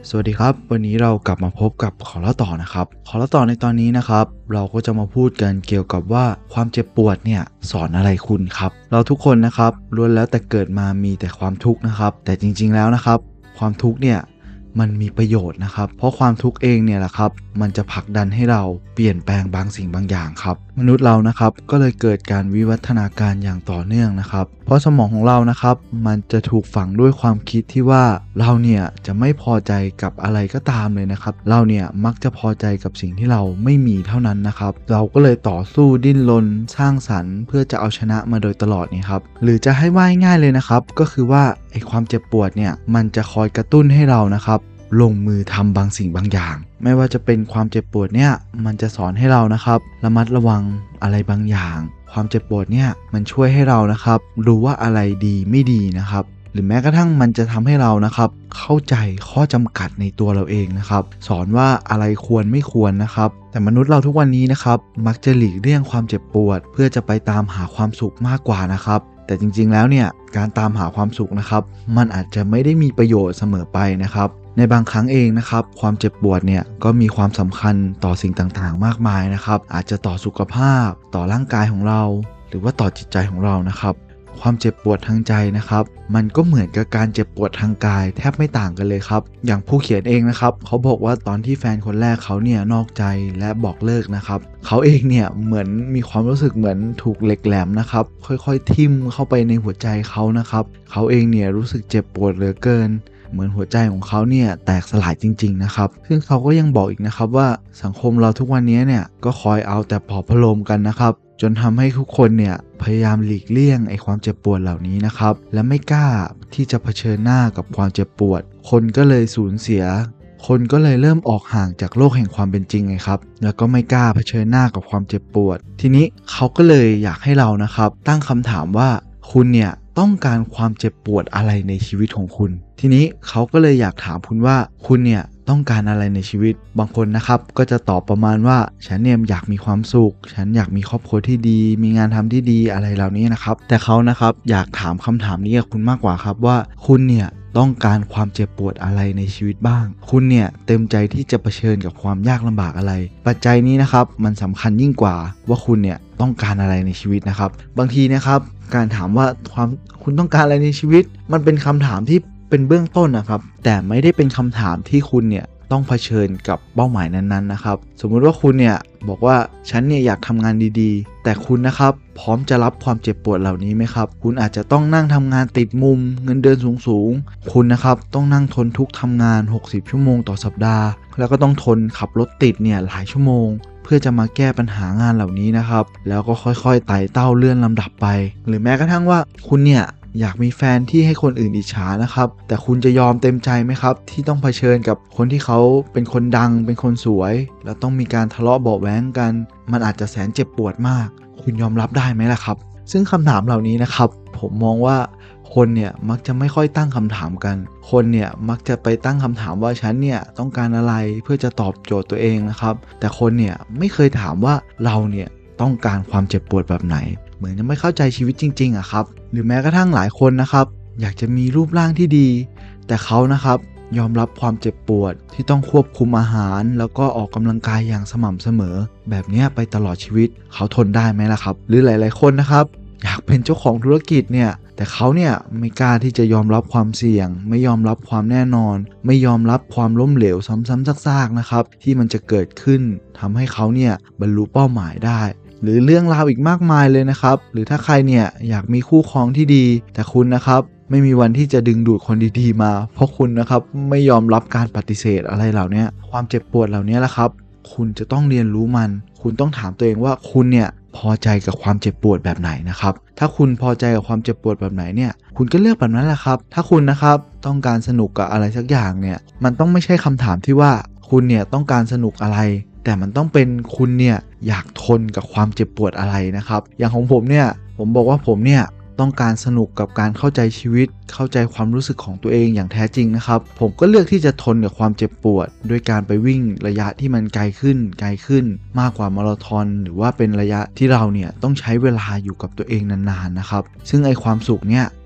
สวัสดีครับวันนี้เรากลับมาพบกับขอเล่าต่อนะครับขอเล่าต่อในตอนนี้นะครับเราก็จะมาพูดกันเกี่ยวกับว่าความเจ็บปวดเนี่ยสอนอะไรคุณครับเราทุกคนนะครับล้วนแล้วแต่เกิดมามีแต่ความทุกข์นะครับแต่จริงๆแล้วนะครับความทุกข์เนี่ยมันมีประโยชน์นะครับเพราะความทุกข์เองเนี่ยแหละครับมันจะผลักดันให้เราเปลี่ยนแปลงบางสิ่งบางอย่างครับมนุษย์เรานะครับก็เลยเกิดการวิวัฒนาการอย่างต่อเนื่องนะครับเพราะสมองของเรานะครับมันจะถูกฝังด้วยความคิดที่ว่าเราเนี่ยจะไม่พอใจกับอะไรก็ตามเลยนะครับเราเนี่ยมักจะพอใจกับสิ่งที่เราไม่มีเท่านั้นนะครับเราก็เลยต่อสู้ดิ้นรนสร้างสรรค์เพื่อจะเอาชนะมาโดยตลอดนี่ครับหรือจะให้ว่าง่ายๆเลยนะครับก็คือว่าไอ้ความเจ็บปวดเนี่ยมันจะคอยกระตุ้นให้เรานะครับลงมือทำบางสิ่งบางอย่างไม่ว่าจะเป็นความเจ็บปวดเนี่ยมันจะสอนให้เรานะครับระมัดระวังอะไรบางอย่างความเจ็บปวดเนี่ยมันช่วยให้เรานะครับรู้ว่าอะไรดีไม่ดีนะครับหรือแม้กระทั่งมันจะทำให้เรานะครับเข้าใจข้อจำกัดในตัวเราเองนะครับสอนว่าอะไรควรไม่ควรนะครับแต่มนุษย์เราทุกวันนี้นะครับมักจะหลีกเลี่ยงความเจ็บปวดเพื่อจะไปตามหาความสุขมากกว่านะครับแต่จริงๆแล้วเนี่ยการตามหาความสุขนะครับมันอาจจะไม่ได้มีประโยชน์เสมอไปนะครับในบางครั้งเองนะครับความเจ็บปวดเนี่ยก็มีความสำคัญต่อสิ่งต่างๆมากมายนะครับอาจจะต่อสุขภาพต่อร่างกายของเราหรือว่าต่อจิตใจของเรานะครับความเจ็บปวดทางใจนะครับมันก็เหมือนกับการเจ็บปวดทางกายแทบไม่ต่างกันเลยครับอย่างผู้เขียนเองนะครับเขาบอกว่าตอนที่แฟนคนแรกเขาเนี่ยนอกใจและบอกเลิกนะครับเขาเองเนี่ยเหมือนมีความรู้สึกเหมือนถูกเหล็กแหลมนะครับค่อยๆทิ่มเข้าไปในหัวใจเขานะครับเขาเองเนี่ยรู้สึกเจ็บปวดเหลือเกินเหมือนหัวใจของเขาเนี่ยแตกสลายจริงๆนะครับซึ่งเขาก็ยังบอกอีกนะครับว่าสังคมเราทุกวันนี้เนี่ยก็คอยเอาแต่ปลอบประโลมกันนะครับจนทำให้ทุกคนเนี่ยพยายามหลีกเลี่ยงไอ้ความเจ็บปวดเหล่านี้นะครับและไม่กล้าที่จะเผชิญหน้ากับความเจ็บปวดคนก็เลยสูญเสียคนก็เลยเริ่มออกห่างจากโลกแห่งความเป็นจริงไงครับแล้วก็ไม่กล้าเผชิญหน้ากับความเจ็บปวดทีนี้เขาก็เลยอยากให้เรานะครับตั้งคำถามว่าคุณเนี่ยต้องการความเจ็บปวดอะไรในชีวิตของคุณทีนี้เขาก็เลยอยากถามคุณว่าคุณเนี่ยต้องการอะไรในชีวิตบางคนนะครับก็จะตอบประมาณว่าฉันเนี่ยอยากมีความสุขฉันอยากมีครอบครัวที่ดีมีงานทำที่ดีอะไรเหล่านี้นะครับแต่เขานะครับอยากถามคำถามนี้กับคุณมากกว่าครับว่าคุณเนี่ยต้องการความเจ็บปวดอะไรในชีวิตบ้างคุณเนี่ยเต็มใจที่จะเผชิญกับความยากลำบากอะไรปัจจัยนี้นะครับมันสำคัญยิ่งกว่าว่าคุณเนี่ยต้องการอะไรในชีวิตนะครับบางทีนะครับการถามว่าคุณต้องการอะไรในชีวิตมันเป็นคำถามที่เป็นเบื้องต้นนะครับแต่ไม่ได้เป็นคำถามที่คุณเนี่ยต้องเผชิญกับเป้าหมายนั้นๆนะครับสมมุติว่าคุณเนี่ยบอกว่าฉันเนี่ยอยากทำงานดีๆแต่คุณนะครับพร้อมจะรับความเจ็บปวดเหล่านี้ไหมครับคุณอาจจะต้องนั่งทำงานติดมุมเงินเดือนสูงๆคุณนะครับต้องนั่งทนทุกข์ทำงาน60ชั่วโมงต่อสัปดาห์แล้วก็ต้องทนขับรถติดเนี่ยหลายชั่วโมงเพื่อจะมาแก้ปัญหางานเหล่านี้นะครับแล้วก็ค่อยๆไต่เต้าเลื่อนลำดับไปหรือแม้กระทั่งว่าคุณเนี่ยอยากมีแฟนที่ให้คนอื่นอิจฉานะครับแต่คุณจะยอมเต็มใจไหมครับที่ต้องเผชิญกับคนที่เขาเป็นคนดังเป็นคนสวยแล้วต้องมีการทะเลาะเบาะแว้งกันมันอาจจะแสนเจ็บปวดมากคุณยอมรับได้ไหมล่ะครับซึ่งคำถามเหล่านี้นะครับผมมองว่าคนเนี่ยมักจะไม่ค่อยตั้งคำถามกันคนเนี่ยมักจะไปตั้งคำถามว่าฉันเนี่ยต้องการอะไรเพื่อจะตอบโจทย์ตัวเองนะครับแต่คนเนี่ยไม่เคยถามว่าเราเนี่ยต้องการความเจ็บปวดแบบไหนเหมือนจะไม่เข้าใจชีวิตจริงๆอะครับหรือแม้กระทั่งหลายคนนะครับอยากจะมีรูปร่างที่ดีแต่เขานะครับยอมรับความเจ็บปวดที่ต้องควบคุมอาหารแล้วก็ออกกำลังกายอย่างสม่ำเสมอแบบนี้ไปตลอดชีวิตเขาทนได้ไหมล่ะครับหรือหลายๆคนนะครับอยากเป็นเจ้าของธุรกิจเนี่ยแต่เขาเนี่ยไม่กล้าที่จะยอมรับความเสี่ยงไม่ยอมรับความแน่นอนไม่ยอมรับความล้มเหลวซ้ำๆซากๆนะครับที่มันจะเกิดขึ้นทำให้เขาเนี่ยบรรลุเป้าหมายได้หรือเรื่องราวอีกมากมายเลยนะครับหรือถ้าใครเนี่ยอยากมีคู่ครองที่ดีแต่คุณนะครับไม่มีวันที่จะดึงดูดคนดีๆมาเพราะคุณนะครับไม่ยอมรับการปฏิเสธอะไรเหล่านี้ความเจ็บปวดเหล่านี้แหละครับคุณจะต้องเรียนรู้มันคุณต้องถามตัวเองว่าคุณเนี่ยพอใจกับความเจ็บปวดแบบไหนนะครับถ้าคุณพอใจกับความเจ็บปวดแบบไหนเนี่ยคุณก็เลือกแบบนั้นแหละครับถ้าคุณนะครับต้องการสนุกกับอะไรสักอย่างเนี่ยมันต้องไม่ใช่คำถามที่ว่าคุณเนี่ยต้องการสนุกอะไรแต่มันต้องเป็นคุณเนี่ยอยากทนกับความเจ็บปวดอะไรนะครับอย่างของผมเนี่ยผมบอกว่าผมเนี่ยต้องการสนุกกับการเข้าใจชีวิตเข้าใจความรู้สึกของตัวเองอย่างแท้จริงนะครับผมก็เลือกที่จะทนกับความเจ็บปวดด้วยการไปวิ่งระยะที่มันไกลขึ้นมากกว่ามาราธอนหรือว่าเป็นระยะที่เราเนี่ยต้องใช้เวลาอยู่กับตัวเองนานๆนะครับซึ่งไอความสุขเนี่ย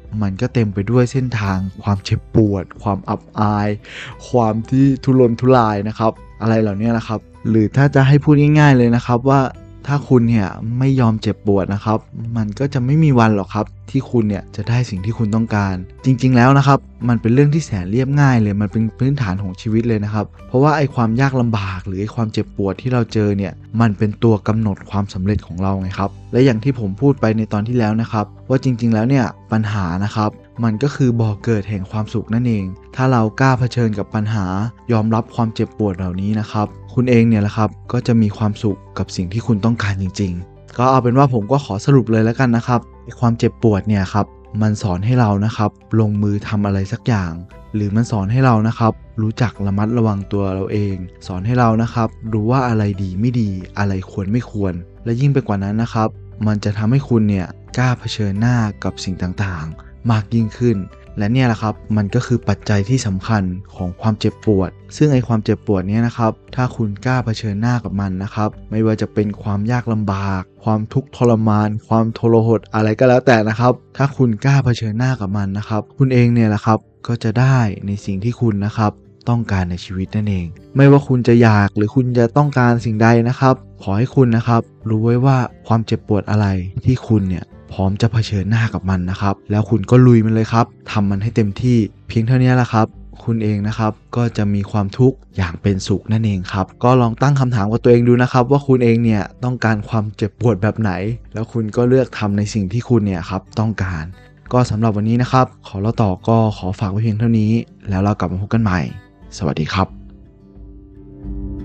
มันก็เต็มไปด้วยเส้นทางความเจ็บปวดความอับอายความที่ทุรนทุรายนะครับอะไรเหล่านี้นะครับหรือถ้าจะให้พูดง่ายๆเลยนะครับว่าถ้าคุณเนี่ยไม่ยอมเจ็บปวดนะครับมันก็จะไม่มีวันหรอกครับที่คุณเนี่ยจะได้สิ่งที่คุณต้องการจริงๆแล้วนะครับมันเป็นเรื่องที่แสนเรียบง่ายเลยมันเป็นพื้นฐานของชีวิตเลยนะครับเพราะว่าไอ้ความยากลำบากหรือไอ้ความเจ็บปวดที่เราเจอเนี่ยมันเป็นตัวกำหนดความสำเร็จของเราไงครับและอย่างที่ผมพูดไปในตอนที่แล้วนะครับว่าจริงๆแล้วเนี่ยปัญหานะครับมันก็คือบ่อเกิดแห่งความสุขนั่นเองถ้าเรากล้าเผชิญกับปัญหายอมรับความเจ็บปวดเหล่านี้นะครับคุณเองเนี่ยแหละครับก็จะมีความสุขกับสิ่งที่คุณต้องการจริงๆก็เอาเป็นว่าผมก็ขอสรุปเลยแล้วกันนะครับความเจ็บปวดเนี่ยครับมันสอนให้เรานะครับลงมือทำอะไรสักอย่างหรือมันสอนให้เรานะครับรู้จักระมัดระวังตัวเราเองสอนให้เรานะครับรู้ว่าอะไรดีไม่ดีอะไรควรไม่ควรและยิ่งไปกว่านั้นนะครับมันจะทำให้คุณเนี่ยกล้าเผชิญหน้ากับสิ่งต่างๆมากยิ่งขึ้นและเนี่ยแหละครับมันก็คือปัจจัยที่สำคัญของความเจ็บปวดซึ่งไอ้ความเจ็บปวดนี้นะครับถ้าคุณกล้าเผชิญหน้ากับมันนะครับไม่ว่าจะเป็นความยากลำบากความทุกข์ทรมานความทรหดอะไรก็แล้วแต่นะครับถ้าคุณกล้าเผชิญหน้ากับมันนะครับคุณเองเนี่ยแหละครับก็จะได้ในสิ่งที่คุณนะครับต้องการในชีวิตนั่นเองไม่ว่าคุณจะอยากหรือคุณจะต้องการสิ่งใดนะครับขอให้คุณนะครับรู้ไว้ว่าความเจ็บปวดอะไรที่คุณเนี่ยพร้อมจะเผชิญหน้ากับมันนะครับแล้วคุณก็ลุยมันเลยครับทำมันให้เต็มที่เพียงเท่านี้แหละครับคุณเองนะครับก็จะมีความทุกข์อย่างเป็นสุขนั่นเองครับก็ลองตั้งคำถามกับตัวเองดูนะครับว่าคุณเองเนี่ยต้องการความเจ็บปวดแบบไหนแล้วคุณก็เลือกทำในสิ่งที่คุณเนี่ยครับต้องการก็สำหรับวันนี้นะครับขอเล่าต่อก็ขอฝากไว้เพียงเท่านี้แล้วเรากลับมาพบกันใหม่สวัสดีครับ